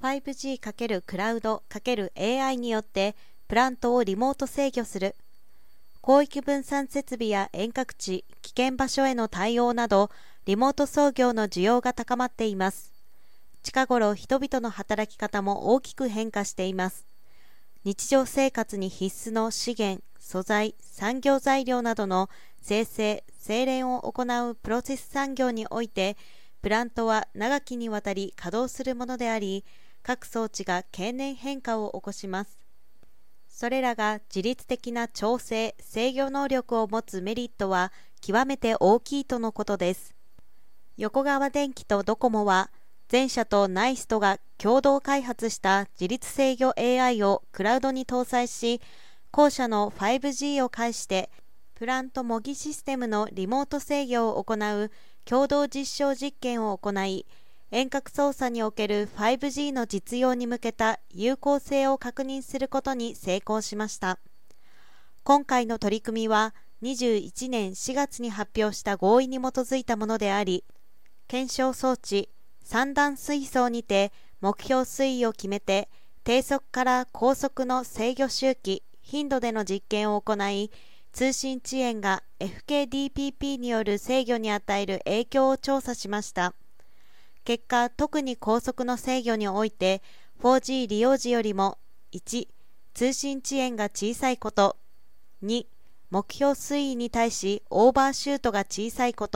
5G× クラウド× AI によってプラントをリモート制御する。広域分散設備や遠隔地、危険場所への対応など、リモート操業の需要が高まっています。近頃、人々の働き方も大きく変化しています。日常生活に必須の資源、素材、産業材料などの生成・精錬を行うプロセス産業において、プラントは長きにわたり稼働するものであり、各装置が経年変化を起こします。それらが自律的な調整・制御能力を持つメリットは極めて大きいとのことです。横川電機とドコモは、全社とナイストが共同開発した自律制御 AI をクラウドに搭載し、後者の 5G を介してプラント模擬システムのリモート制御を行う共同実証実験を行い、遠隔操作における 5G の実用に向けた有効性を確認することに成功しました。今回の取り組みは21年4月に発表した合意に基づいたものであり、検証装置3段水槽にて目標水位を決めて、低速から高速の制御周期・頻度での実験を行い、通信遅延が FKDPP による制御に与える影響を調査しました。結果、特に高速の制御において 4G 利用時よりも1、通信遅延が小さいこと、2、目標水位に対しオーバーシュートが小さいこと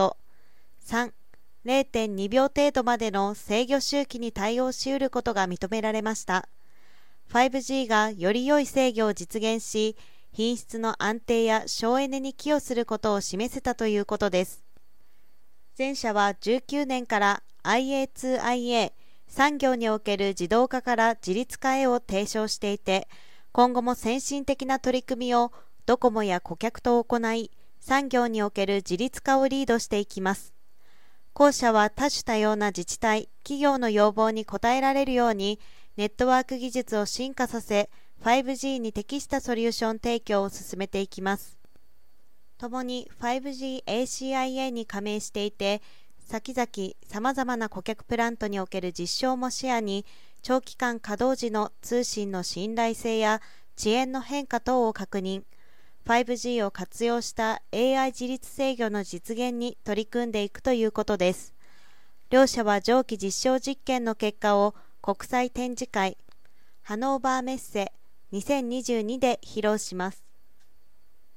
、3、0.2 秒程度までの制御周期に対応しうることが認められました。5G がより良い制御を実現し、品質の安定や省エネに寄与することを示せたということです。全社は19年から IA2IA 産業における自動化から自律化へを提唱していて、今後も先進的な取り組みをドコモや顧客と行い、産業における自律化をリードしていきます。後者は多種多様な自治体・企業の要望に応えられるように、ネットワーク技術を進化させ、5G に適したソリューション提供を進めていきます。共に 5G ACIA に加盟していて、先々さまざまな顧客プラントにおける実証も視野に、長期間稼働時の通信の信頼性や遅延の変化等を確認、5G を活用した AI 自律制御の実現に取り組んでいくということです。両社は上記実証実験の結果を国際展示会ハノーバーメッセ2022で披露します。